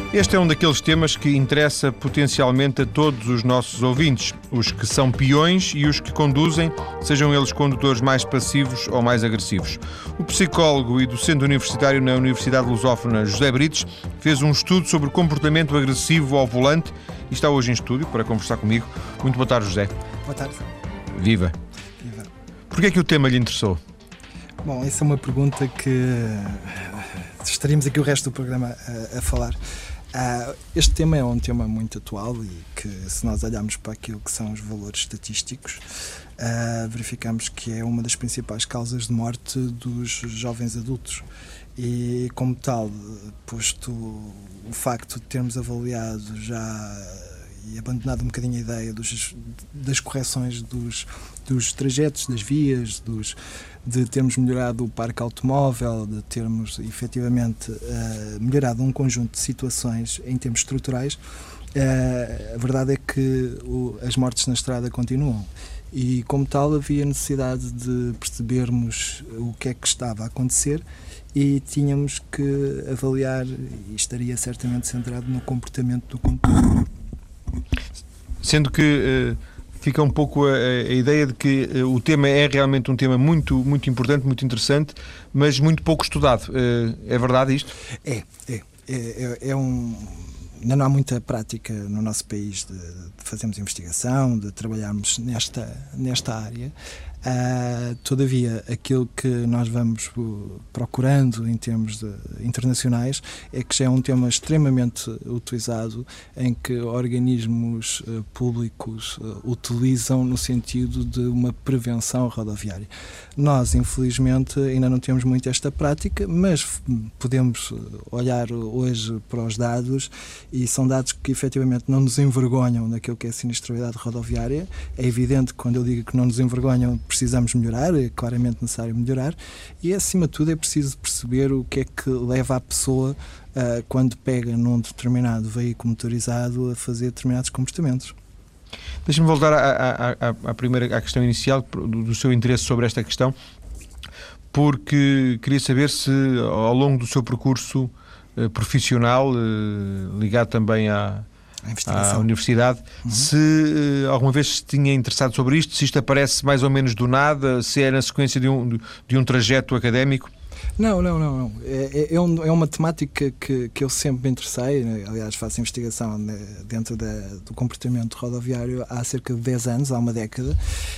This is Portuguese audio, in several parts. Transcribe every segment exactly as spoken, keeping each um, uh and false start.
Este é um daqueles temas que interessa potencialmente a todos os nossos ouvintes, os que são peões e os que conduzem, sejam eles condutores mais passivos ou mais agressivos. O psicólogo e docente universitário na Universidade Lusófona, José Brites, fez um estudo sobre o comportamento agressivo ao volante e está hoje em estúdio para conversar comigo. Muito boa tarde, José. Boa tarde. Viva. Viva. Porquê é que o tema lhe interessou? Bom, essa é uma pergunta que estaríamos aqui o resto do programa a, a falar. Uh, este tema é um tema muito atual e que, se nós olharmos para aquilo que são os valores estatísticos, uh, verificamos que é uma das principais causas de morte dos jovens adultos. E, como tal, posto o facto de termos avaliado já e abandonado um bocadinho a ideia dos, das correções dos, dos trajetos, das vias, dos, de termos melhorado o parque automóvel, de termos efetivamente uh, melhorado um conjunto de situações em termos estruturais, uh, a verdade é que o, as mortes na estrada continuam. E, como tal, havia necessidade de percebermos o que é que estava a acontecer e tínhamos que avaliar, e estaria certamente centrado no comportamento do condutor. Sendo que uh, fica um pouco a, a ideia de que uh, o tema é realmente um tema muito, muito importante, muito interessante, mas muito pouco estudado. Uh, é verdade isto? É, é, é, é um... Ainda não há muita prática no nosso país de, de fazermos investigação, de trabalharmos nesta, nesta área. Uh, todavia, aquilo que nós vamos uh, procurando em termos de, internacionais é que já é um tema extremamente utilizado, em que organismos uh, públicos uh, utilizam no sentido de uma prevenção rodoviária. Nós, infelizmente, ainda não temos muito esta prática, mas podemos olhar hoje para os dados e são dados que efetivamente não nos envergonham naquilo que é a sinistralidade rodoviária. É evidente que quando eu digo que não nos envergonham, precisamos melhorar, é claramente necessário melhorar e, acima de tudo, é preciso perceber o que é que leva a pessoa, uh, quando pega num determinado veículo motorizado, a fazer determinados comportamentos. Deixa-me voltar à, à, à, primeira, à questão inicial do, do seu interesse sobre esta questão, porque queria saber se, ao longo do seu percurso uh, profissional, uh, ligado também à à universidade, uhum. se uh, alguma vez se tinha interessado sobre isto, se isto aparece mais ou menos do nada, se é na sequência de um, de um trajeto académico? Não, não, não. não. É, é, um, é uma temática que, que eu sempre me interessei. Aliás, faço investigação dentro da, do comportamento rodoviário há cerca de dez anos, há uma década,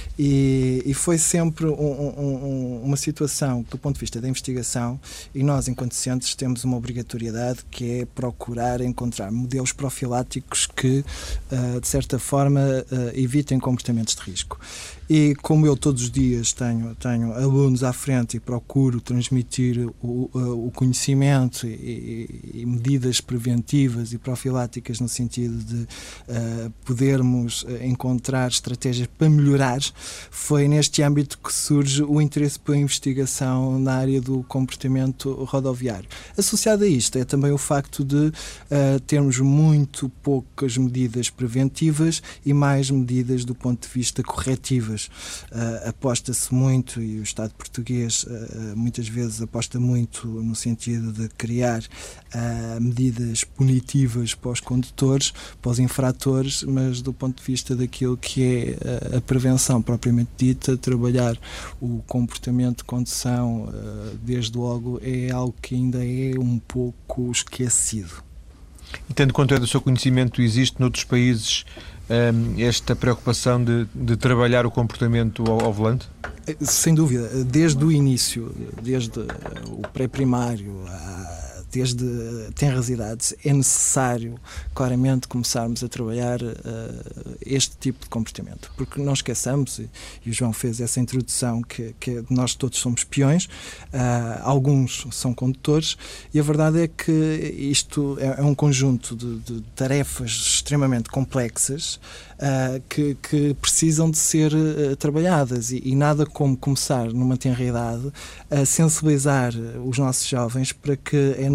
e, e foi sempre um, um, uma situação do ponto de vista da investigação, e nós, enquanto docentes, temos uma obrigatoriedade que é procurar encontrar modelos profiláticos que, de certa forma, evitem comportamentos de risco. E como eu todos os dias tenho, tenho alunos à frente e procuro transmitir o, o conhecimento e, e medidas preventivas e profiláticas no sentido de uh, podermos encontrar estratégias para melhorar, foi neste âmbito que surge o interesse pela investigação na área do comportamento rodoviário. Associado a isto é também o facto de uh, termos muito poucas medidas preventivas e mais medidas do ponto de vista corretivas. Uh, aposta-se muito, e o Estado português uh, muitas vezes aposta muito no sentido de criar uh, medidas punitivas para os condutores, para os infratores, mas do ponto de vista daquilo que é uh, a prevenção propriamente dita, trabalhar o comportamento de condução uh, desde logo é algo que ainda é um pouco esquecido. E tanto quanto é do seu conhecimento, existe noutros países esta preocupação de, de trabalhar o comportamento ao, ao volante? Sem dúvida, desde o início, desde o pré-primário, desde tenras idades, é necessário claramente começarmos a trabalhar uh, este tipo de comportamento, porque não esqueçamos, e, e o João fez essa introdução, que, que nós todos somos peões, uh, alguns são condutores, e a verdade é que isto é, é um conjunto de, de tarefas extremamente complexas uh, que, que precisam de ser uh, trabalhadas, e, e nada como começar numa tenra idade a sensibilizar os nossos jovens para que é necessário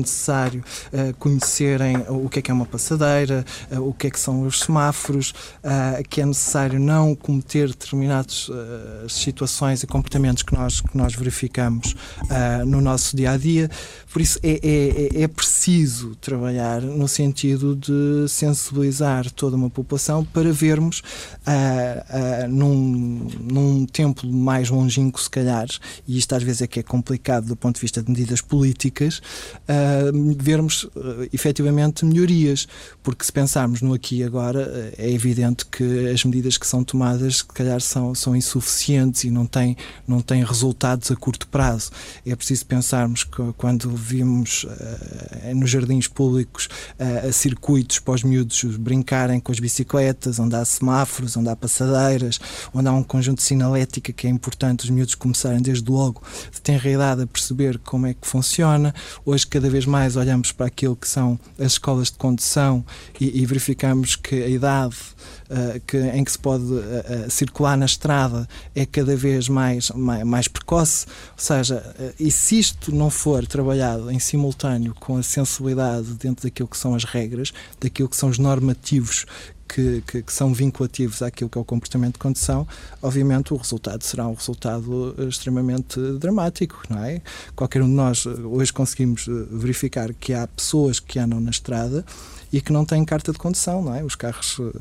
necessário uh, conhecerem o que é que é uma passadeira, uh, o que é que são os semáforos, uh, que é necessário não cometer determinadas uh, situações e comportamentos que nós, que nós verificamos uh, no nosso dia-a-dia. Por isso é, é, é preciso trabalhar no sentido de sensibilizar toda uma população para vermos uh, uh, num, num tempo mais longínquo, se calhar, e isto às vezes é que é complicado do ponto de vista de medidas políticas, uh, vermos uh, efetivamente melhorias, porque se pensarmos no aqui e agora, uh, é evidente que as medidas que são tomadas, se calhar, são, são insuficientes e não têm, não têm resultados a curto prazo. É preciso pensarmos que quando vimos uh, nos jardins públicos uh, circuitos para os miúdos brincarem com as bicicletas, onde há semáforos, onde há passadeiras, onde há um conjunto de sinalética que é importante os miúdos começarem desde logo de tenra idade a perceber como é que funciona. Hoje cada vez mais olhamos para aquilo que são as escolas de condução e, e verificamos que a idade Uh, que, em que se pode uh, uh, circular na estrada é cada vez mais, mais, mais precoce, ou seja, uh, e se isto não for trabalhado em simultâneo com a sensibilidade dentro daquilo que são as regras, daquilo que são os normativos Que, que, que são vinculativos àquilo que é o comportamento de condução, obviamente o resultado será um resultado extremamente dramático, não é? Qualquer um de nós hoje conseguimos verificar que há pessoas que andam na estrada e que não têm carta de condução, não é? Os carros, uh, uh,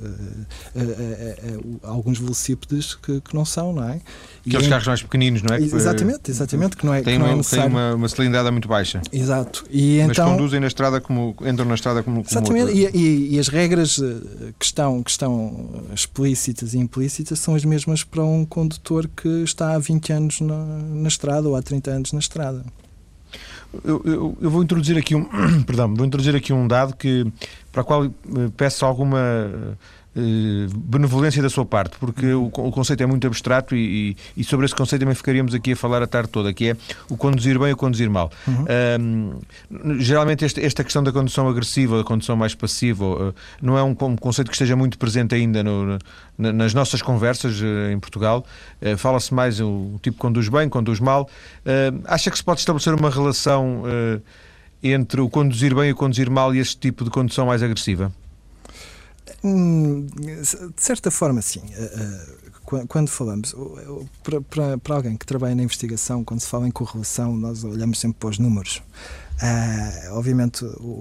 uh, uh, alguns velocípedes que, que não são, não é? Aqueles carros mais pequeninos, não é? Exatamente, exatamente, que não é, tem que não uma, é necessário. Tem uma, uma cilindrada muito baixa. Exato. E mas então, conduzem na estrada como, entram na estrada como, como exatamente, outro. E, e, e as regras que estão, que estão explícitas e implícitas são as mesmas para um condutor que está há vinte anos na, na estrada ou há trinta anos na estrada. Eu, eu, eu vou introduzir aqui um perdão, vou introduzir aqui um dado que, para o qual peço alguma eh, benevolência da sua parte, porque o, o conceito é muito abstrato e, e, e sobre esse conceito também ficaríamos aqui a falar a tarde toda, que é o conduzir bem ou conduzir mal. Uhum. Um, geralmente este, esta questão da condução agressiva, da condução mais passiva, uh, não é um, um conceito que esteja muito presente ainda no, na, nas nossas conversas uh, em Portugal. Uh, fala-se mais o, o tipo que conduz bem, conduz mal. Uh, acha que se pode estabelecer uma relação uh, entre o conduzir bem e o conduzir mal e este tipo de condução mais agressiva? De certa forma, sim. Quando falamos, para, para, para alguém que trabalha na investigação, quando se fala em correlação, nós olhamos sempre para os números. Uh, obviamente,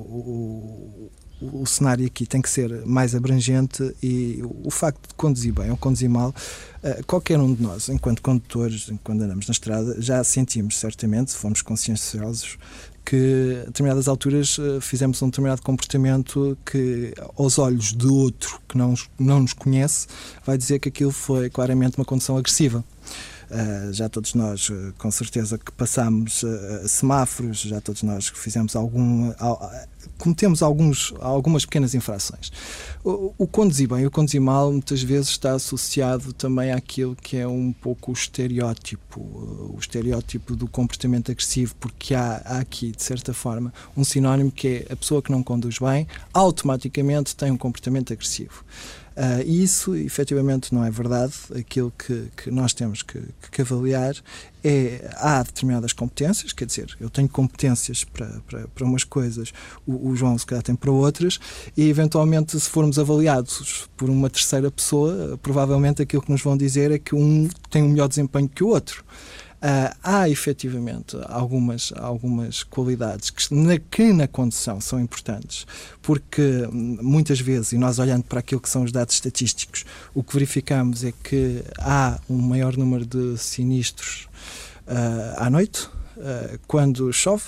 o, o, o cenário aqui tem que ser mais abrangente e o, o facto de conduzir bem ou conduzir mal, uh, qualquer um de nós, enquanto condutores, quando andamos na estrada, já sentimos certamente, se formos conscienciosos, que a determinadas alturas fizemos um determinado comportamento que, aos olhos do outro que não, não nos conhece, vai dizer que aquilo foi claramente uma condução agressiva. Uh, já todos nós, uh, com certeza, que passámos uh, semáforos, já todos nós que fizemos algum... Uh, cometemos alguns, algumas pequenas infrações. O, o conduzir bem e o conduzir mal muitas vezes está associado também àquilo que é um pouco o estereótipo, o estereótipo do comportamento agressivo, porque há, há aqui, de certa forma, um sinónimo que é a pessoa que não conduz bem, automaticamente tem um comportamento agressivo. Uh, e isso, efetivamente, não é verdade. Aquilo que, que nós temos que, que avaliar é, há determinadas competências, quer dizer, eu tenho competências para, para, para umas coisas, o, o João se calhar tem para outras, e eventualmente se formos avaliados por uma terceira pessoa, provavelmente aquilo que nos vão dizer é que um tem um melhor desempenho que o outro. Uh, há efetivamente algumas, algumas qualidades que na, que na condução são importantes, porque muitas vezes, e nós olhando para aquilo que são os dados estatísticos, o que verificamos é que há um maior número de sinistros uh, à noite, uh, quando chove.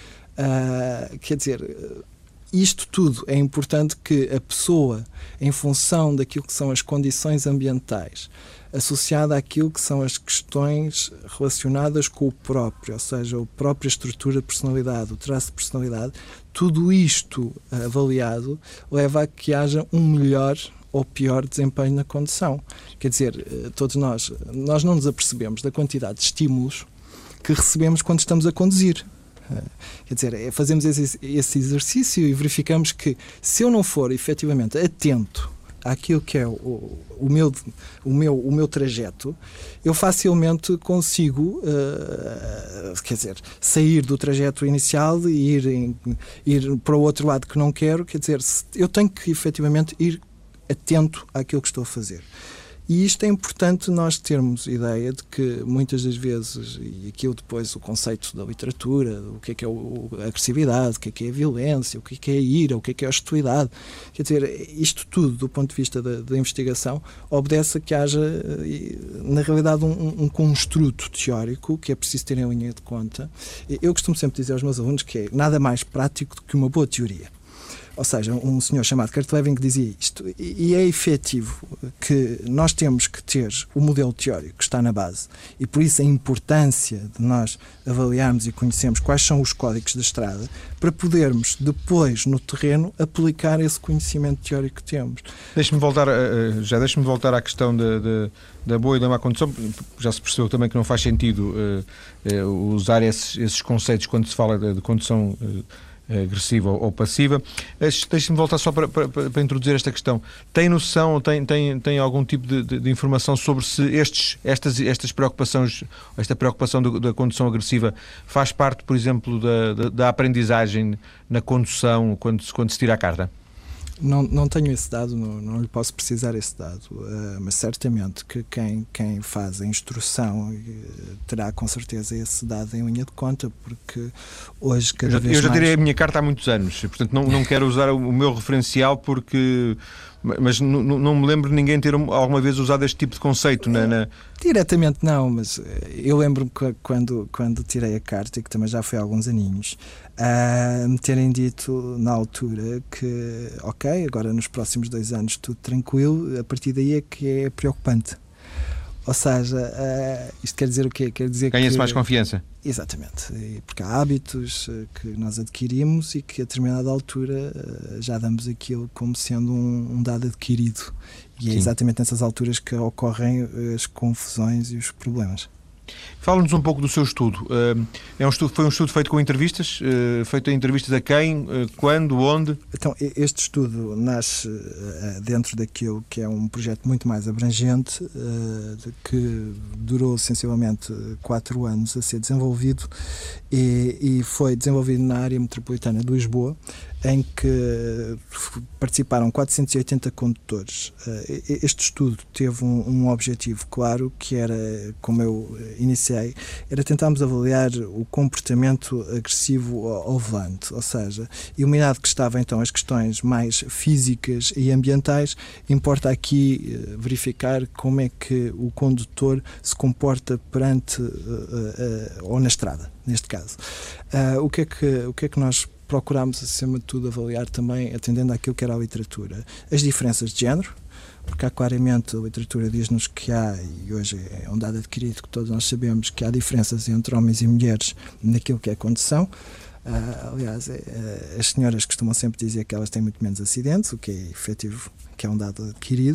Uh, quer dizer, isto tudo é importante que a pessoa, em função daquilo que são as condições ambientais, associada àquilo que são as questões relacionadas com o próprio, ou seja, a própria estrutura de personalidade, o traço de personalidade, tudo isto avaliado leva a que haja um melhor ou pior desempenho na condução. Quer dizer, todos nós, nós não nos apercebemos da quantidade de estímulos que recebemos quando estamos a conduzir. Quer dizer, fazemos esse, esse exercício e verificamos que se eu não for efetivamente atento àquilo que é o, o, meu, o, meu, o meu trajeto, eu facilmente consigo, uh, quer dizer, sair do trajeto inicial e ir, em, ir para o outro lado que não quero. Quer dizer, eu tenho que efetivamente ir atento àquilo que estou a fazer. E isto é importante nós termos ideia de que muitas das vezes, e aquilo depois o conceito da literatura, o que é que é a agressividade, o que é que é a violência, o que é que é a ira, o que é que é a hostilidade, quer dizer, isto tudo do ponto de vista da, da investigação obedece a que haja, na realidade, um, um construto teórico que é preciso ter em linha de conta. Eu costumo sempre dizer aos meus alunos que é nada mais prático do que uma boa teoria. Ou seja, um senhor chamado Kurt Lewin que dizia isto, e é efetivo que nós temos que ter o modelo teórico que está na base, e por isso a importância de nós avaliarmos e conhecermos quais são os códigos da estrada, para podermos depois, no terreno, aplicar esse conhecimento teórico que temos. Deixe-me voltar, a, já deixe-me voltar à questão da, da, da boa e da má condução. Já se percebeu também que não faz sentido uh, uh, usar esses, esses conceitos quando se fala de, de condução uh, agressiva ou passiva. Deixe-me voltar só para, para, para introduzir esta questão. Tem noção ou tem, tem, tem algum tipo de, de, de informação sobre se estes, estas, estas preocupações, esta preocupação do, da condução agressiva faz parte, por exemplo, da, da, da aprendizagem na condução quando, quando se tira a carta? Não, não tenho esse dado, não, não lhe posso precisar esse dado, uh, mas certamente que quem, quem faz a instrução uh, terá com certeza esse dado em linha de conta, porque hoje cada eu já, vez eu já mais... tirei a minha carta há muitos anos, portanto não, não quero usar o meu referencial porque... Mas não, não me lembro de ninguém ter alguma vez usado este tipo de conceito. Na, na... Diretamente não, mas eu lembro-me que quando, quando tirei a carta, e que também já foi há alguns aninhos, uh, me terem dito na altura que, ok, agora nos próximos dois anos tudo tranquilo, a partir daí é que é preocupante. Ou seja, uh, isto quer dizer o quê? Quer dizer Ganha-se que... mais confiança. Exatamente, porque há hábitos que nós adquirimos e que a determinada altura já damos aquilo como sendo um, um dado adquirido. E é Sim. exatamente nessas alturas que ocorrem as confusões e os problemas. Fala-nos um pouco do seu estudo. É um estudo. Foi um estudo feito com entrevistas? Feito em entrevistas a quem? Quando? Onde? Então, este estudo nasce dentro daquilo que é um projeto muito mais abrangente, que durou sensivelmente quatro anos a ser desenvolvido e, e foi desenvolvido na área metropolitana de Lisboa, em que participaram quatrocentos e oitenta condutores. Este estudo teve um, um objetivo claro, que era, como eu iniciei, era tentarmos avaliar o comportamento agressivo ao, ao volante, ou seja, iluminado que estavam então as questões mais físicas e ambientais, importa aqui verificar como é que o condutor se comporta perante uh, uh, ou na estrada, neste caso. Uh, o que é que, o que é que nós procurámos, acima de tudo, avaliar também, atendendo àquilo que era a literatura, as diferenças de género, porque há claramente, a literatura diz-nos que há, e hoje é um dado adquirido que todos nós sabemos, que há diferenças entre homens e mulheres naquilo que é condução. Uh, aliás, é, as senhoras costumam sempre dizer que elas têm muito menos acidentes, o que é efetivo, que é um dado adquirido.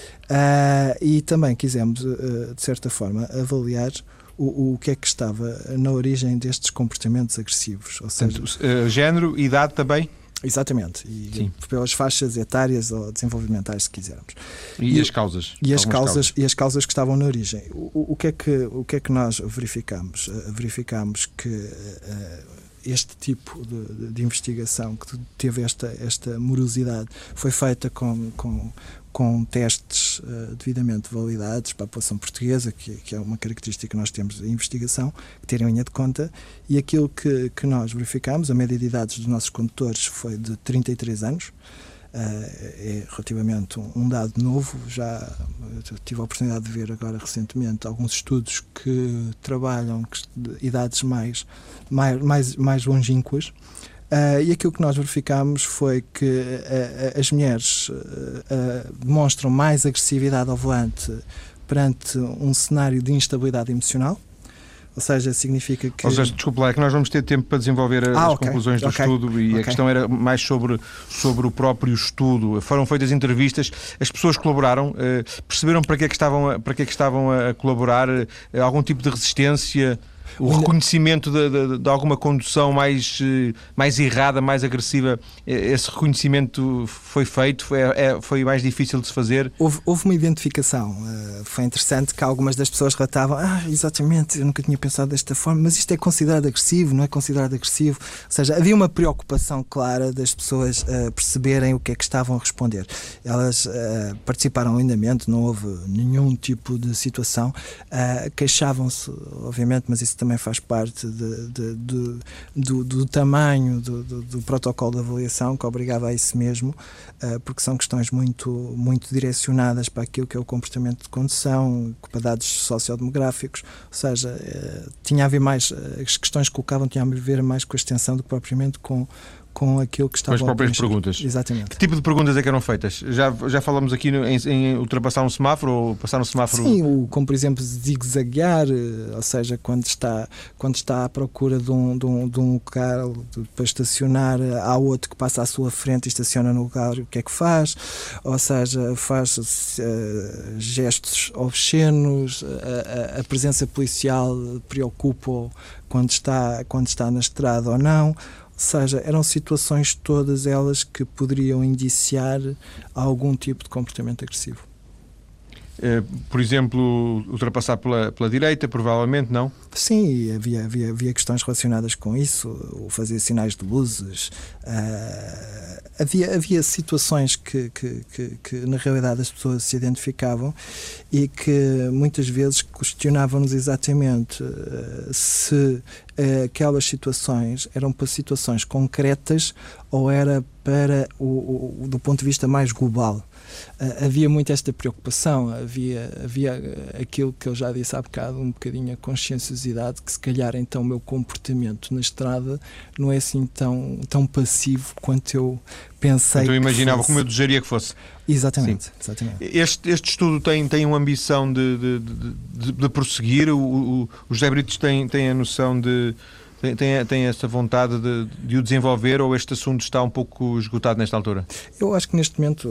Uh, e também quisemos, uh, de certa forma, avaliar O, o que é que estava na origem destes comportamentos agressivos. Ou seja, Portanto, uh, género, idade também? Exatamente, e Sim. pelas faixas etárias ou desenvolvimentais, se quisermos. E, e as causas? E as causas, causas e as causas que estavam na origem. O, o, que, é que, o que é que nós verificamos? Uh, verificamos que uh, este tipo de, de investigação que teve esta, esta morosidade foi feita com... com com testes uh, devidamente validados para a população portuguesa, que, que é uma característica que nós temos em investigação, que ter em linha de conta, e aquilo que, que nós verificámos, a média de idades dos nossos condutores foi de trinta e três anos, uh, é relativamente um, um dado novo. Já tive a oportunidade de ver agora recentemente alguns estudos que trabalham de idades mais, mais, mais, mais longínquas. Uh, e aquilo que nós verificámos foi que uh, as mulheres uh, uh, demonstram mais agressividade ao volante perante um cenário de instabilidade emocional, ou seja, significa que... Ou seja, desculpe lá, é que nós vamos ter tempo para desenvolver as ah, okay. conclusões do okay. estudo e okay. a questão era mais sobre, sobre o próprio estudo. Foram feitas entrevistas, as pessoas colaboraram, uh, perceberam para que é que estavam a, para que é que estavam a colaborar, uh, algum tipo de resistência... o reconhecimento de, de, de alguma condução mais, mais errada, mais agressiva, esse reconhecimento foi feito? Foi, é, foi mais difícil de se fazer? Houve, houve uma identificação. Uh, foi interessante que algumas das pessoas relatavam: ah, exatamente, eu nunca tinha pensado desta forma, mas isto é considerado agressivo, não é considerado agressivo? Ou seja, havia uma preocupação clara das pessoas uh, perceberem o que é que estavam a responder. Elas uh, participaram lindamente, não houve nenhum tipo de situação. Uh, queixavam-se, obviamente, mas isso também faz parte de, de, de, do, do tamanho do, do, do protocolo de avaliação, que obrigava a isso mesmo, uh, porque são questões muito, muito direcionadas para aquilo que é o comportamento de condução, para dados sociodemográficos, ou seja, uh, tinha a ver mais, uh, as questões que colocavam tinham a ver mais com a extensão do que propriamente com com aquilo que estava com as próprias perguntas. Exatamente. Que tipo de perguntas é que eram feitas? Já, já falamos aqui no, em, em ultrapassar um semáforo ou passar um semáforo? Sim, o, como por exemplo zigue-zaguear, ou seja, quando está, quando está à procura de um, de um, de um lugar para estacionar, há outro que passa à sua frente e estaciona no lugar, o que é que faz? Ou seja, faz uh, gestos obscenos, a, a, a presença policial preocupa-o quando está, quando está na estrada ou não. Ou seja, eram situações todas elas que poderiam indiciar algum tipo de comportamento agressivo. Por exemplo, ultrapassar pela, pela direita, provavelmente, não? Sim, havia, havia, havia questões relacionadas com isso, o fazer sinais de luzes. Uh, havia, havia situações que, que, que, que, na realidade, as pessoas se identificavam e que muitas vezes questionavam-nos exatamente uh, se uh, aquelas situações eram para situações concretas ou era para o, o do ponto de vista mais global. Uh, havia muito esta preocupação, havia, havia aquilo que eu já disse há bocado, um bocadinho a conscienciosidade, que se calhar então o meu comportamento na estrada não é assim tão, tão passivo quanto eu pensei. Então eu imaginava fosse. Como eu desejaria que fosse. Exatamente. exatamente. Este, este estudo tem, tem uma ambição de, de, de, de, de prosseguir? O, o, o José Brites tem, tem a noção de... Tem, tem, tem essa vontade de, de o desenvolver, ou este assunto está um pouco esgotado nesta altura? Eu acho que neste momento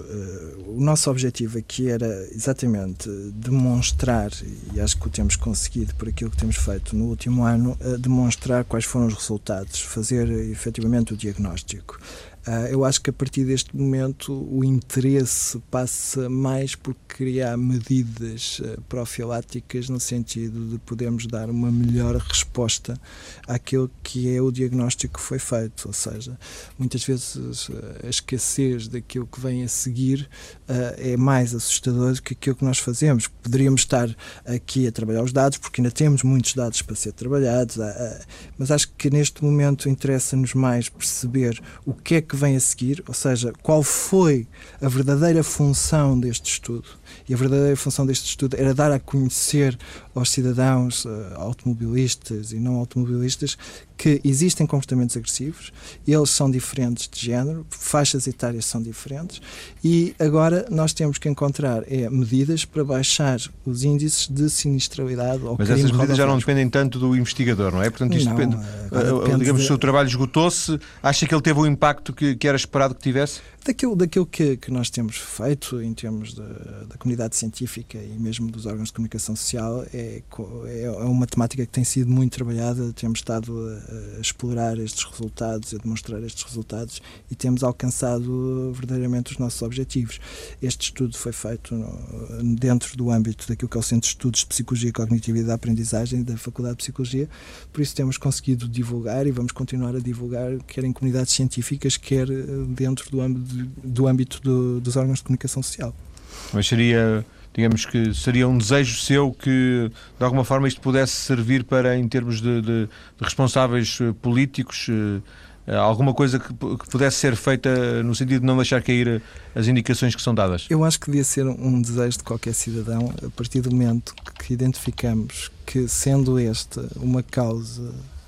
o, o nosso objetivo aqui era exatamente demonstrar, e acho que o temos conseguido por aquilo que temos feito no último ano, demonstrar quais foram os resultados, fazer efetivamente o diagnóstico. Uh, eu acho que a partir deste momento o interesse passa mais por criar medidas uh, profiláticas no sentido de podermos dar uma melhor resposta àquilo que é o diagnóstico que foi feito, ou seja, muitas vezes uh, a escassez daquilo que vem a seguir uh, é mais assustador do que aquilo que nós fazemos. Poderíamos estar aqui a trabalhar os dados, porque ainda temos muitos dados para ser trabalhados, uh, uh, mas acho que neste momento interessa-nos mais perceber o que é que vem a seguir, ou seja, qual foi a verdadeira função deste estudo. E a verdadeira função deste estudo era dar a conhecer aos cidadãos, uh, automobilistas e não automobilistas, que existem comportamentos agressivos, eles são diferentes de género, faixas etárias são diferentes, e agora nós temos que encontrar é, medidas para baixar os índices de sinistralidade ou Mas crime essas medidas rodoviário. já não dependem tanto do investigador, não é? Portanto, isto não, depende, depende digamos, de... se o trabalho esgotou-se, acha que ele teve o impacto que, que era esperado que tivesse? Daquilo, daquilo que, que nós temos feito em termos de, da comunidade científica e mesmo dos órgãos de comunicação social, é, é uma temática que tem sido muito trabalhada, temos estado a, a explorar estes resultados, a demonstrar estes resultados e temos alcançado verdadeiramente os nossos objetivos. Este estudo foi feito no, dentro do âmbito daquilo que é o Centro de Estudos de Psicologia Cognitiva e da Aprendizagem da Faculdade de Psicologia, por isso temos conseguido divulgar e vamos continuar a divulgar, quer em comunidades científicas, quer dentro do âmbito do âmbito do, dos órgãos de comunicação social. Mas seria, digamos que seria um desejo seu que de alguma forma isto pudesse servir para, em termos de, de, de responsáveis políticos, alguma coisa que, que pudesse ser feita no sentido de não deixar cair as indicações que são dadas? Eu acho que devia ser um desejo de qualquer cidadão, a partir do momento que identificamos que, sendo esta uma causa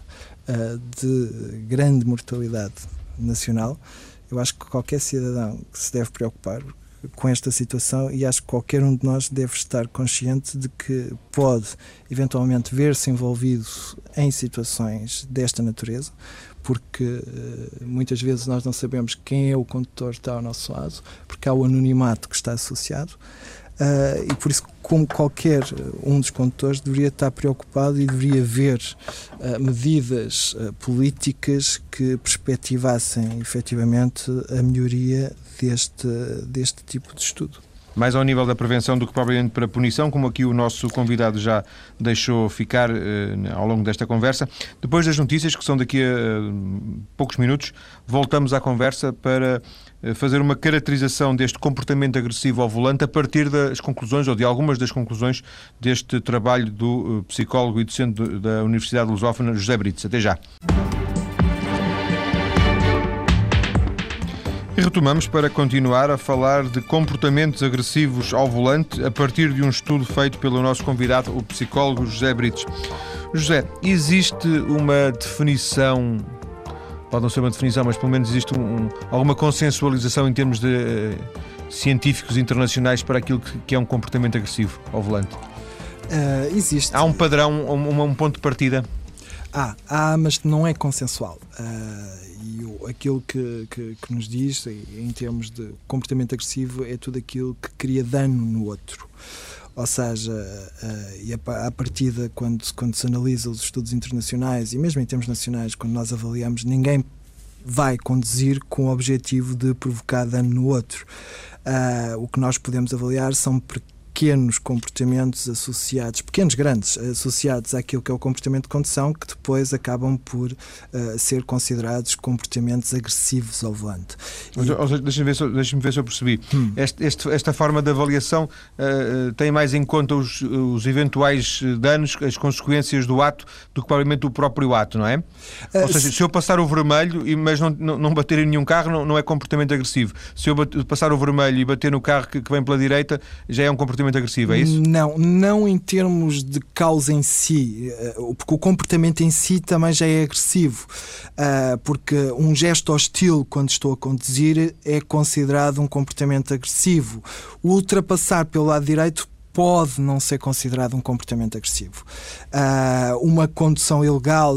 uh, de grande mortalidade nacional, eu acho que qualquer cidadão que se deve preocupar com esta situação, e acho que qualquer um de nós deve estar consciente de que pode eventualmente ver-se envolvido em situações desta natureza, porque muitas vezes nós não sabemos quem é o condutor que está ao nosso lado, porque há o anonimato que está associado. uh, e por isso, como qualquer um dos condutores, deveria estar preocupado e deveria haver uh, medidas uh, políticas que perspectivassem efetivamente a melhoria deste, deste tipo de estudo. Mais ao nível da prevenção do que propriamente para a punição, como aqui o nosso convidado já deixou ficar eh, ao longo desta conversa. Depois das notícias, que são daqui a eh, poucos minutos, voltamos à conversa para eh, fazer uma caracterização deste comportamento agressivo ao volante a partir das conclusões, ou de algumas das conclusões, deste trabalho do eh, psicólogo e docente da Universidade Lusófona, José Brites. Até já. E retomamos para continuar a falar de comportamentos agressivos ao volante a partir de um estudo feito pelo nosso convidado, o psicólogo José Brites. José, existe uma definição, pode não ser uma definição, mas pelo menos existe um, alguma consensualização em termos de uh, científicos internacionais para aquilo que, que é um comportamento agressivo ao volante? Uh, existe. Há um padrão, um, um ponto de partida? Há, há, mas não é consensual. Uh, e o, aquilo que, que, que nos diz, em termos de comportamento agressivo, é tudo aquilo que cria dano no outro. Ou seja, uh, e a, a partida, quando, quando se analisa os estudos internacionais, e mesmo em termos nacionais, quando nós avaliamos, ninguém vai conduzir com o objetivo de provocar dano no outro. Uh, o que nós podemos avaliar são pequenos comportamentos associados, pequenos, grandes, associados àquilo que é o comportamento de condução, que depois acabam por uh, ser considerados comportamentos agressivos ao volante. E... Deixa-me ver, se, deixa-me ver se eu percebi. Hum. Este, este, esta forma de avaliação uh, tem mais em conta os, os eventuais danos, as consequências do ato, do que provavelmente o próprio ato, não é? Uh, Ou seja, se... se eu passar o vermelho, mas não, não, não bater em nenhum carro, não, não é comportamento agressivo. Se eu passar o vermelho e bater no carro que, que vem pela direita, já é um comportamento agressivo, é isso? Não, não em termos de causa em si, porque o comportamento em si também já é agressivo, porque um gesto hostil quando estou a conduzir é considerado um comportamento agressivo. O ultrapassar pelo lado direito pode não ser considerado um comportamento agressivo. Uma condução ilegal,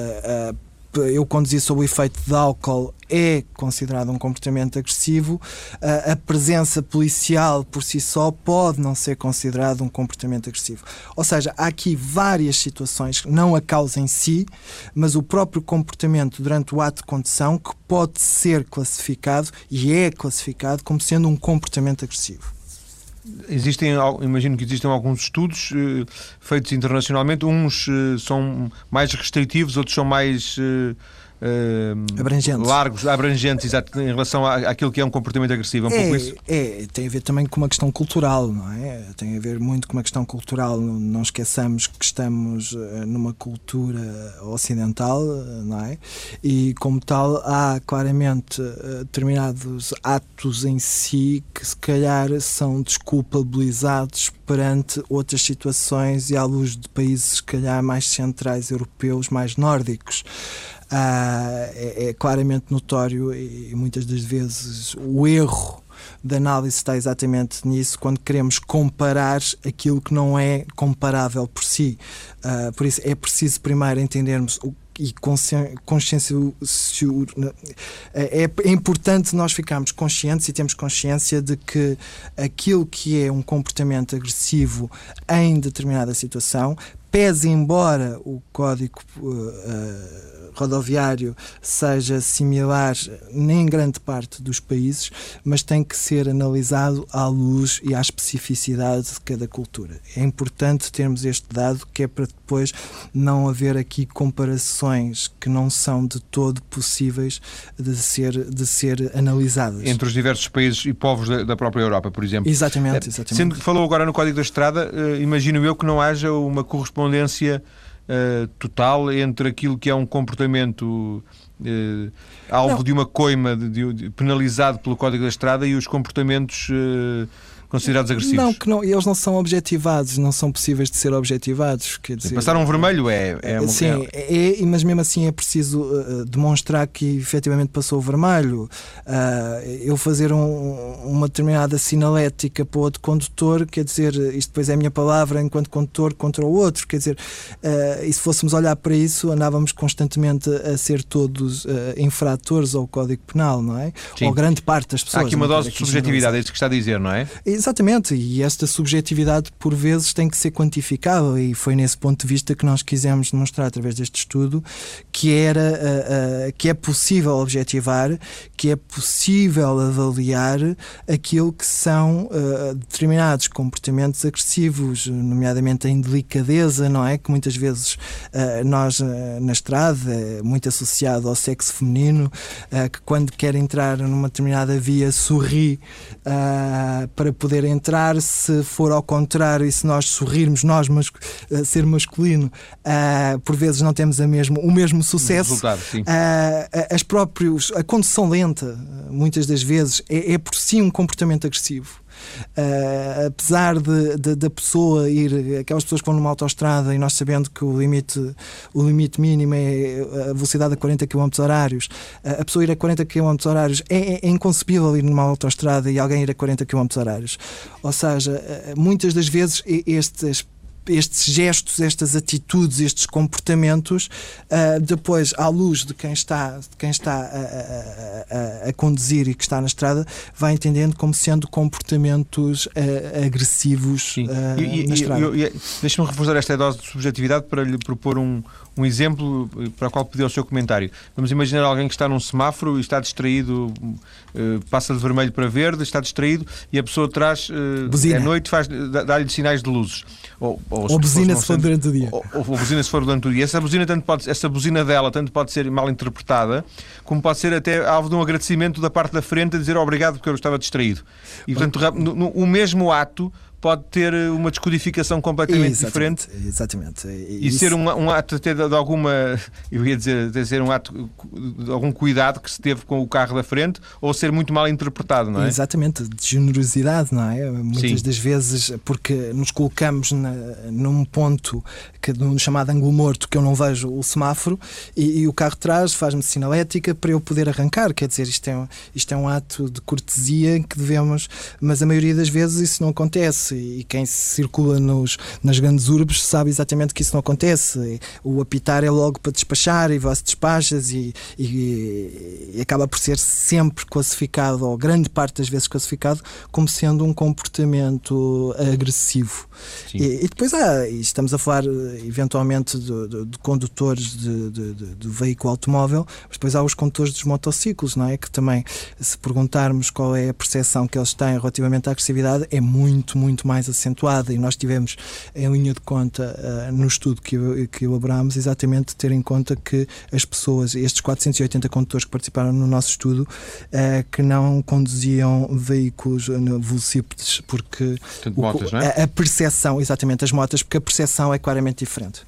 eu conduzir sob o efeito de álcool, é considerado um comportamento agressivo. A presença policial por si só pode não ser considerado um comportamento agressivo. Ou seja, há aqui várias situações, não a causa em si, mas o próprio comportamento durante o ato de condução que pode ser classificado, e é classificado, como sendo um comportamento agressivo. Existem, imagino que existem alguns estudos uh, feitos internacionalmente, uns uh, são mais restritivos, outros são mais uh, uh, abrangentes. largos, abrangentes, exato, em relação à, àquilo que é um comportamento agressivo. É um é, pouco isso? É, tem a ver também com uma questão cultural, não é? Tem a ver muito com uma questão cultural. Não, não esqueçamos que estamos uh, numa cultura ocidental, uh, não é? E como tal há claramente uh, determinados atos em si que se calhar são desculpabilizados perante outras situações e à luz de países se calhar mais centrais europeus, mais nórdicos. Uh, é, é claramente notório e muitas das vezes o erro da análise está exatamente nisso, quando queremos comparar aquilo que não é comparável por si. Uh, por isso é preciso primeiro entendermos o e consciência é, é importante nós ficarmos conscientes e termos consciência de que aquilo que é um comportamento agressivo em determinada situação, pese embora o código uh, rodoviário seja similar em grande parte dos países, mas tem que ser analisado à luz e à especificidade de cada cultura. É importante termos este dado, que é para depois não haver aqui comparações que não são de todo possíveis de ser, de ser analisadas. Entre os diversos países e povos da, da própria Europa, por exemplo. Exatamente, exatamente. Sendo que falou agora no Código da Estrada, imagino eu que não haja uma correspondência Uh, total entre aquilo que é um comportamento uh, alvo não. de uma coima de, de, de, penalizado pelo Código da Estrada e os comportamentos uh, considerados agressivos. Não, que não, eles não são objetivados, não são possíveis de ser objetivados. Quer dizer, passar um vermelho é... é, sim, é, é mas mesmo assim é preciso uh, demonstrar que efetivamente passou o vermelho. Uh, eu fazer um, uma determinada sinalética para o outro condutor, quer dizer, isto depois é a minha palavra enquanto condutor contra o outro, quer dizer, uh, e se fôssemos olhar para isso, andávamos constantemente a ser todos uh, infratores ao Código Penal, não é? Sim. Ou grande parte das pessoas. Há aqui uma dose de subjetividade, é isso que está a dizer, não é? Exatamente, e esta subjetividade por vezes tem que ser quantificável, e foi nesse ponto de vista que nós quisemos demonstrar através deste estudo que, era, uh, uh, que é possível objetivar, que é possível avaliar aquilo que são uh, determinados comportamentos agressivos, nomeadamente a indelicadeza, não é? Que muitas vezes uh, nós uh, na estrada, é muito associado ao sexo feminino, uh, que quando quer entrar numa determinada via sorri uh, para poder entrar. Se for ao contrário e se nós sorrirmos, nós mas, uh, ser masculino, uh, por vezes não temos a mesmo, o mesmo sucesso. Sim. Uh, as próprios, a condução lenta, muitas das vezes, é, é por si um comportamento agressivo. Uh, apesar de, de, da pessoa ir, aquelas pessoas que vão numa autoestrada e nós sabendo que o limite, o limite mínimo é a velocidade a quarenta quilómetros horários, uh, a pessoa ir a quarenta quilómetros horários, é, é inconcebível ir numa autoestrada e alguém ir a quarenta quilómetros horários. Ou seja, uh, muitas das vezes estes estes gestos, estas atitudes, estes comportamentos, uh, depois, à luz de quem está, de quem está a, a, a, a conduzir e que está na estrada, vai entendendo como sendo comportamentos uh, agressivos uh, e, na e, estrada. Deixa-me reforçar esta dose de subjetividade para lhe propor um, um exemplo para o qual pediu o seu comentário. Vamos imaginar alguém que está num semáforo e está distraído, uh, passa de vermelho para verde, está distraído e a pessoa atrás, uh, é noite, faz, dá-lhe sinais de luzes. Ou, ou, ou buzina se for durante o dia. Ou, ou, ou buzina se for durante o dia. Essa buzina, tanto pode, essa buzina dela tanto pode ser mal interpretada, como pode ser até alvo de um agradecimento da parte da frente a dizer obrigado porque eu estava distraído. E, portanto, no, no, o mesmo ato pode ter uma descodificação completamente exatamente, diferente. Exatamente. E, e isso... ser um, um ato até de, de alguma, eu ia dizer, de ser um ato de algum cuidado que se teve com o carro da frente, ou ser muito mal interpretado, não é? Exatamente, de generosidade, não é? Muitas Sim. das vezes, porque nos colocamos na, num ponto que, no chamado ângulo morto, que eu não vejo o semáforo, e, e o carro de trás faz-me sinalética para eu poder arrancar. Quer dizer, isto é, isto é um ato de cortesia que devemos, mas a maioria das vezes isso não acontece. E quem circula nos, nas grandes urbes sabe exatamente que isso não acontece. O apitar é logo para despachar e vai-se despachas e, e, e acaba por ser sempre classificado, ou grande parte das vezes classificado, como sendo um comportamento agressivo. E, e depois há, e estamos a falar eventualmente de, de, de condutores de, de, de, de veículo automóvel, mas depois há os condutores dos motociclos, não é? Que também, se perguntarmos qual é a percepção que eles têm relativamente à agressividade, é muito, muito mais acentuada, e nós tivemos em linha de conta uh, no estudo que, que elaborámos exatamente ter em conta que as pessoas, estes quatrocentos e oitenta condutores que participaram no nosso estudo, uh, que não conduziam veículos uh, velocípedes, porque Portanto, o, motas, não é? a, a percepção, exatamente, as motas, porque a percepção é claramente diferente.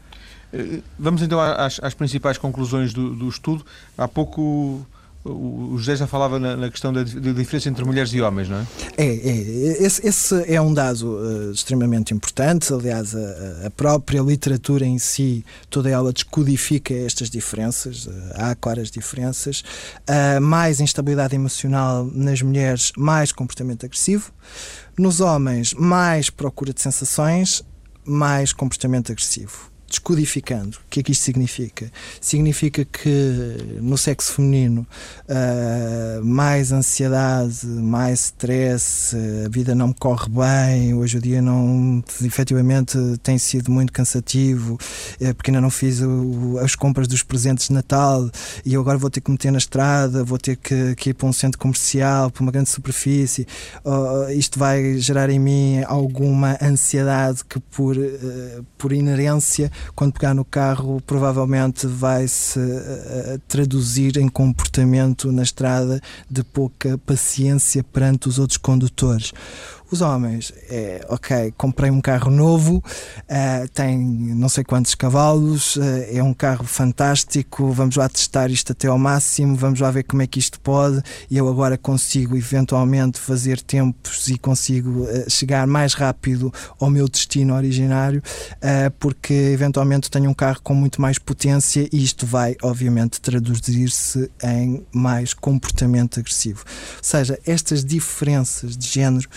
Vamos então às, às principais conclusões do, do estudo. Há pouco o José já falava na, na questão da, da diferença entre mulheres e homens, não é? É, é esse, esse é um dado uh, extremamente importante. Aliás, a, a própria literatura em si, toda ela descodifica estas diferenças. Uh, há claras diferenças. Uh, mais instabilidade emocional nas mulheres, mais comportamento agressivo. Nos homens, mais procura de sensações, mais comportamento agressivo. Descodificando, o que é que isto significa? Significa que no sexo feminino uh, mais ansiedade, mais stress, a vida não me corre bem, hoje o dia não, efetivamente tem sido muito cansativo, é, porque ainda não fiz o, as compras dos presentes de Natal e eu agora vou ter que meter na estrada, vou ter que, que ir para um centro comercial, para uma grande superfície. Uh, isto vai gerar em mim alguma ansiedade que por, uh, por inerência, quando pegar no carro, provavelmente vai-se uh, traduzir em comportamento na estrada de pouca paciência perante os outros condutores. Os homens, é, ok, comprei um carro novo, uh, tem não sei quantos cavalos, uh, é um carro fantástico, vamos lá testar isto até ao máximo, vamos lá ver como é que isto pode, e eu agora consigo eventualmente fazer tempos e consigo uh, chegar mais rápido ao meu destino originário, uh, porque eventualmente tenho um carro com muito mais potência e isto vai, obviamente, traduzir-se em mais comportamento agressivo. Ou seja, estas diferenças de género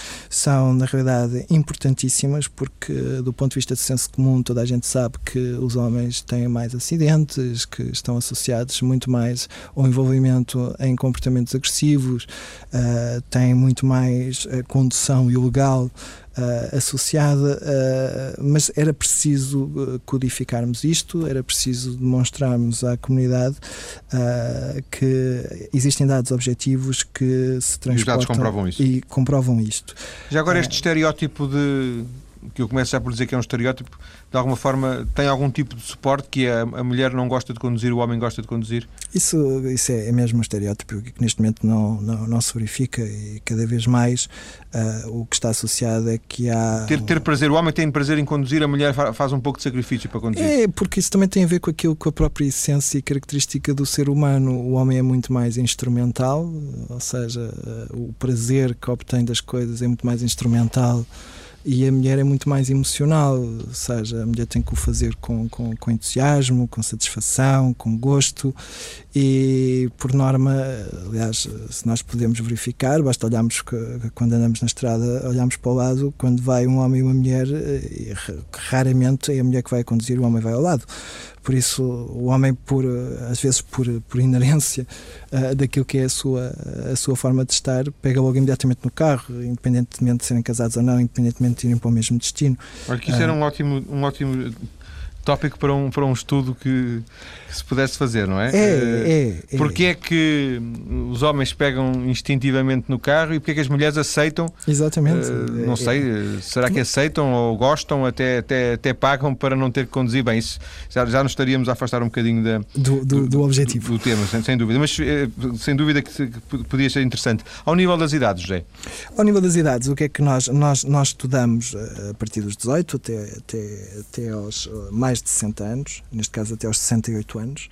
são, na realidade, importantíssimas, porque, do ponto de vista do senso comum, toda a gente sabe que os homens têm mais acidentes, que estão associados muito mais ao envolvimento em comportamentos agressivos, uh, têm muito mais uh, condução ilegal Uh, associada, uh, mas era preciso uh, codificarmos isto, era preciso demonstrarmos à comunidade uh, que existem dados objetivos que se transportam e os dados comprovam isso. E comprovam isto. Já agora este uh, estereótipo de... que eu começo já por dizer que é um estereótipo, de alguma forma tem algum tipo de suporte, que é a mulher não gosta de conduzir, o homem gosta de conduzir? Isso, isso é, é mesmo um estereótipo que neste momento não, não, não se verifica, e cada vez mais uh, o que está associado é que há... Ter, ter prazer, o homem tem prazer em conduzir, a mulher faz um pouco de sacrifício para conduzir. É, porque isso também tem a ver com aquilo, com a própria essência e característica do ser humano. O homem é muito mais instrumental, ou seja, uh, o prazer que obtém das coisas é muito mais instrumental, e a mulher é muito mais emocional, ou seja, a mulher tem que o fazer com, com, com entusiasmo, com satisfação, com gosto, e por norma, aliás, se nós podemos verificar, basta olharmos que, quando andamos na estrada, olhamos para o lado, quando vai um homem e uma mulher, e raramente é a mulher que vai conduzir, o homem vai ao lado. Por isso, o homem, por, às vezes por, por inerência uh, daquilo que é a sua, a sua forma de estar, pega logo imediatamente no carro, independentemente de serem casados ou não, independentemente de irem para o mesmo destino. Olha, que isso uh, era um ótimo, um ótimo tópico para um, para um estudo que, que se pudesse fazer, não é? É, é. Porquê é que os homens pegam instintivamente no carro e porquê é que as mulheres aceitam? Exatamente. Uh, não é, sei, é. será que aceitam ou gostam, até, até, até pagam para não ter que conduzir? Bem, isso já, já nos estaríamos a afastar um bocadinho da, do, do, do, do objetivo. Do, do tema, sem, sem dúvida. Mas sem dúvida que, que podia ser interessante. Ao nível das idades, José? Ao nível das idades, o que é que nós, nós, nós estudamos a partir dos dezoito até, até, até aos mais de sessenta anos, neste caso até aos sessenta e oito anos,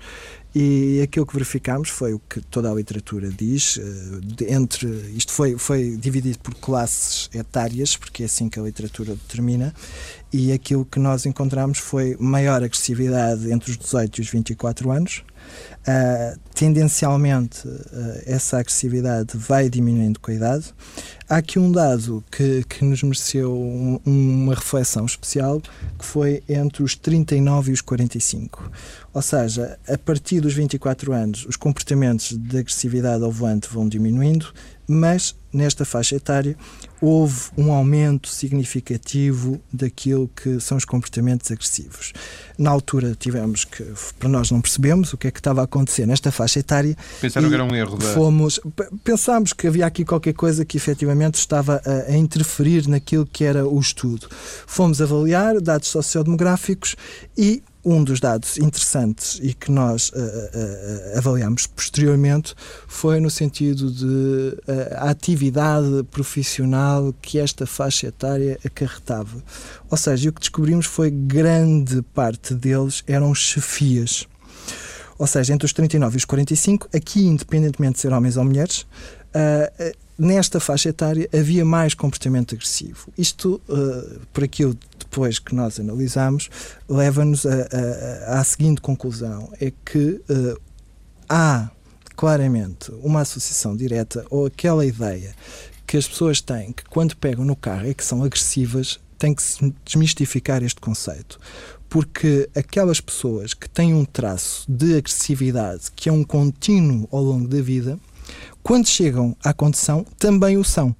e aquilo que verificámos foi o que toda a literatura diz, entre, isto foi, foi dividido por classes etárias, porque é assim que a literatura determina, e aquilo que nós encontramos foi maior agressividade entre os dezoito e os vinte e quatro anos. Uh, tendencialmente uh, essa agressividade vai diminuindo com a idade. Há aqui um dado que, que nos mereceu um, uma reflexão especial, que foi entre os trinta e nove e os quarenta e cinco. Ou seja, a partir dos vinte e quatro anos os comportamentos de agressividade ao volante vão diminuindo, mas nesta faixa etária houve um aumento significativo daquilo que são os comportamentos agressivos. Na altura tivemos que, para nós não percebemos o que é que estava a acontecer nesta faixa etária. Pensaram que era um erro. Da... Fomos, pensámos que havia aqui qualquer coisa que efetivamente estava a, a interferir naquilo que era o estudo. Fomos avaliar dados sociodemográficos e um dos dados interessantes e que nós uh, uh, avaliamos posteriormente foi no sentido de uh, a atividade profissional que esta faixa etária acarretava. Ou seja, o que descobrimos foi que grande parte deles eram chefias. Ou seja, entre os trinta e nove e os quarenta e cinco, aqui independentemente de ser homens ou mulheres, uh, nesta faixa etária havia mais comportamento agressivo. Isto, uh, por aquilo depois que nós analisamos, leva-nos a, a, à seguinte conclusão, é que uh, há claramente uma associação direta, ou aquela ideia que as pessoas têm que quando pegam no carro é que são agressivas, tem que se desmistificar este conceito. Porque aquelas pessoas que têm um traço de agressividade que é um contínuo ao longo da vida, quando chegam à condução, também o são.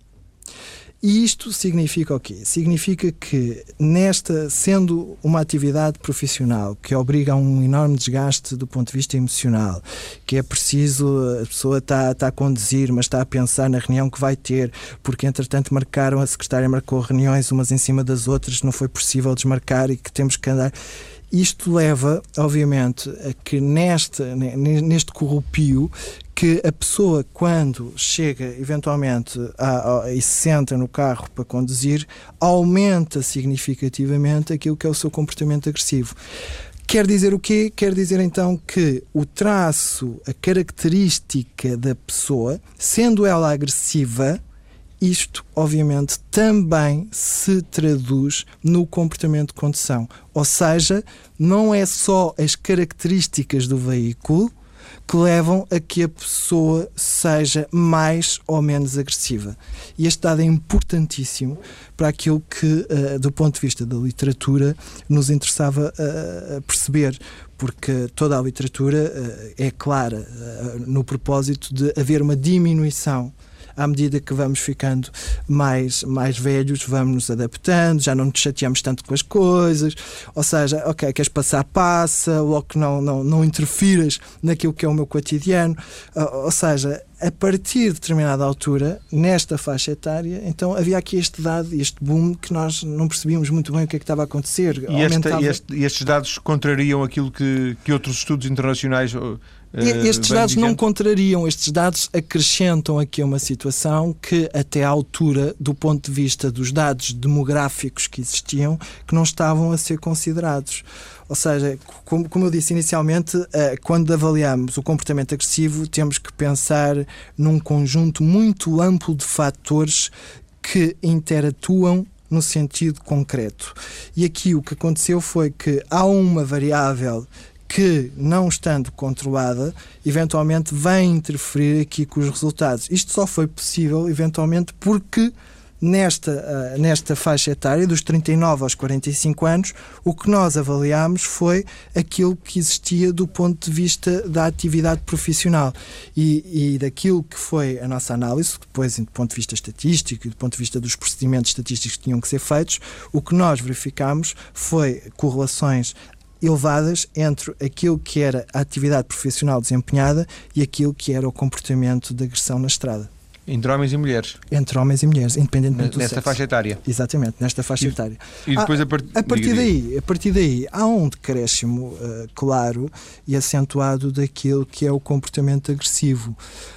E isto significa o quê? Significa que, nesta, sendo uma atividade profissional que obriga a um enorme desgaste do ponto de vista emocional, que é preciso, a pessoa está, está a conduzir, mas está a pensar na reunião que vai ter, porque entretanto marcaram, a secretária marcou reuniões umas em cima das outras, não foi possível desmarcar e que temos que andar... Isto leva, obviamente, a que neste, neste corrupio, que a pessoa, quando chega eventualmente a, a, e se senta no carro para conduzir, aumenta significativamente aquilo que é o seu comportamento agressivo. Quer dizer o quê? Quer dizer então que o traço, a característica da pessoa, sendo ela agressiva, isto, obviamente, também se traduz no comportamento de condução. Ou seja, não é só as características do veículo, que levam a que a pessoa seja mais ou menos agressiva. E este dado é importantíssimo para aquilo que, uh, do ponto de vista da literatura, nos interessava uh, perceber, porque toda a literatura uh, é clara uh, no propósito de haver uma diminuição. À medida que vamos ficando mais, mais velhos, vamos nos adaptando, já não nos chateamos tanto com as coisas, ou seja, ok, queres passar, passa, logo que não, não, não interfiras naquilo que é o meu cotidiano, ou seja, a partir de determinada altura, nesta faixa etária, então havia aqui este dado, este boom, que nós não percebíamos muito bem o que é que estava a acontecer. E, esta, este, e estes dados contrariam aquilo que, que outros estudos internacionais... Uh, estes dados não contrariam, estes dados acrescentam aqui uma situação que até à altura, do ponto de vista dos dados demográficos que existiam, que não estavam a ser considerados. Ou seja, como, como eu disse inicialmente, uh, quando avaliamos o comportamento agressivo, temos que pensar num conjunto muito amplo de fatores que interatuam no sentido concreto. E aqui o que aconteceu foi que há uma variável que, não estando controlada, eventualmente vai interferir aqui com os resultados. Isto só foi possível, eventualmente, porque nesta, uh, nesta faixa etária, dos trinta e nove aos quarenta e cinco anos, o que nós avaliámos foi aquilo que existia do ponto de vista da atividade profissional e, e daquilo que foi a nossa análise, depois do ponto de vista estatístico e do ponto de vista dos procedimentos estatísticos que tinham que ser feitos, o que nós verificámos foi correlações elevadas entre aquilo que era a atividade profissional desempenhada e aquilo que era o comportamento de agressão na estrada. Entre homens e mulheres? Entre homens e mulheres, independentemente do Nesta sexo. faixa etária? Exatamente, nesta faixa e, etária. E depois há, a, part... a, partir daí, a partir daí há um decréscimo uh, claro e acentuado daquilo que é o comportamento agressivo.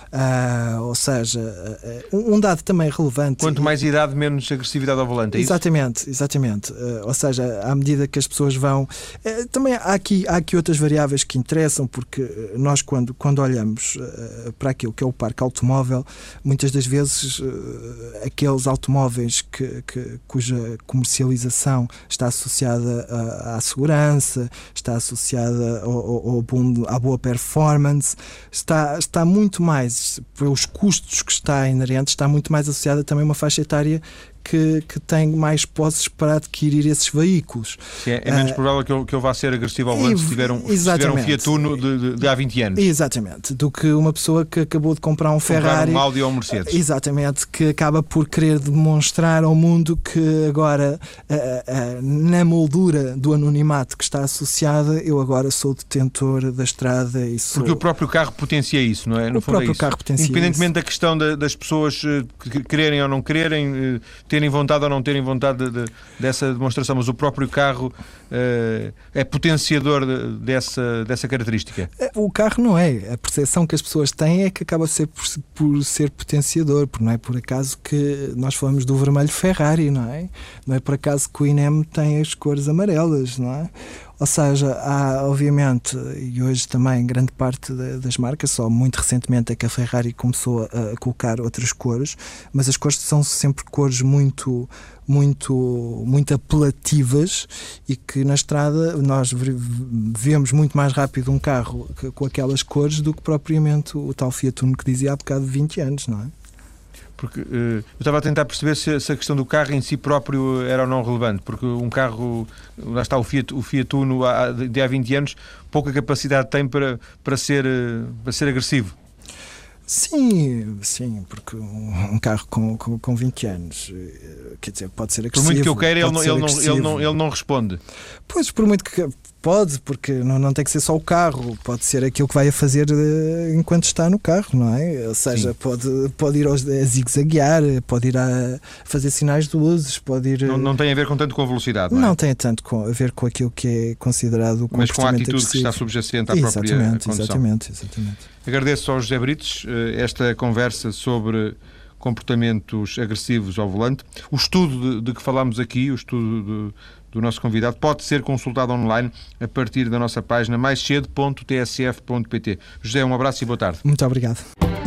Uh, ou seja, uh, um dado também relevante. Quanto mais idade, menos agressividade ao volante, é isso? Exatamente, exatamente. Uh, ou seja, à medida que as pessoas vão... Uh, também há aqui, há aqui outras variáveis que interessam, porque nós, quando, quando olhamos uh, para aquilo que é o parque automóvel, muitas das vezes uh, aqueles automóveis que, que, cuja comercialização está associada à, à segurança, está associada ao, ao, ao bom, à boa performance, está, está muito mais pelos custos que está inerente, está muito mais associada também a uma faixa etária que, que tem mais posses para adquirir esses veículos. Sim, é, é menos uh, provável que eu, que eu vá ser agressivo ao volante se tiver um, se tiver um Fiat Uno de, de, de há vinte anos. Exatamente, do que uma pessoa que acabou de comprar um comprar Ferrari. um Audi ou um Mercedes. Exatamente, que acaba por querer demonstrar ao mundo que agora, uh, uh, na moldura do anonimato que está associada, eu agora sou detentor da estrada e sou... Porque o próprio carro potencia isso, não é? No o fundo próprio é isso. carro potencia Independentemente isso. da questão da, das pessoas que quererem ou não quererem, terem vontade ou não terem vontade de, de, dessa demonstração, mas o próprio carro uh, é potenciador de, dessa, dessa característica. O carro não é. A percepção que as pessoas têm é que acaba ser por, por ser potenciador, porque não é por acaso que nós falamos do vermelho Ferrari, não é? Não é por acaso que o I N E M tem as cores amarelas, não é? Ou seja, há obviamente, e hoje também grande parte das marcas, só muito recentemente é que a Ferrari começou a colocar outras cores, mas as cores são sempre cores muito, muito, muito apelativas e que na estrada nós vemos muito mais rápido um carro com aquelas cores do que propriamente o tal Fiat Uno que dizia há bocado de vinte anos, não é? Porque uh, eu estava a tentar perceber se, se a questão do carro em si próprio era ou não relevante, porque um carro, lá está o Fiat, o Fiat Uno há, de há vinte anos, pouca capacidade tem para, para, ser, para ser agressivo. Sim, sim, porque um carro com, com, com vinte anos, quer dizer, pode ser agressivo. Por muito que eu queira, ele não, ele, não, ele, não, ele não responde. Pois, por muito que... Pode, porque não, não tem que ser só o carro, pode ser aquilo que vai a fazer uh, enquanto está no carro, não é? Ou seja, pode, pode ir aos, a zigue-zaguear, pode ir a fazer sinais de luzes, pode ir... Não, não tem a ver com tanto com a velocidade, não é? Não tem tanto com, a ver com aquilo que é considerado o comportamento Mas com a atitude agressivo. Que está subjacente à exatamente, própria condução. Exatamente, exatamente. Agradeço ao José Brites uh, esta conversa sobre comportamentos agressivos ao volante. O estudo de, de que falámos aqui, o estudo de, do nosso convidado, pode ser consultado online a partir da nossa página mais cedo ponto t s f ponto p t. José, um abraço e boa tarde. Muito obrigado.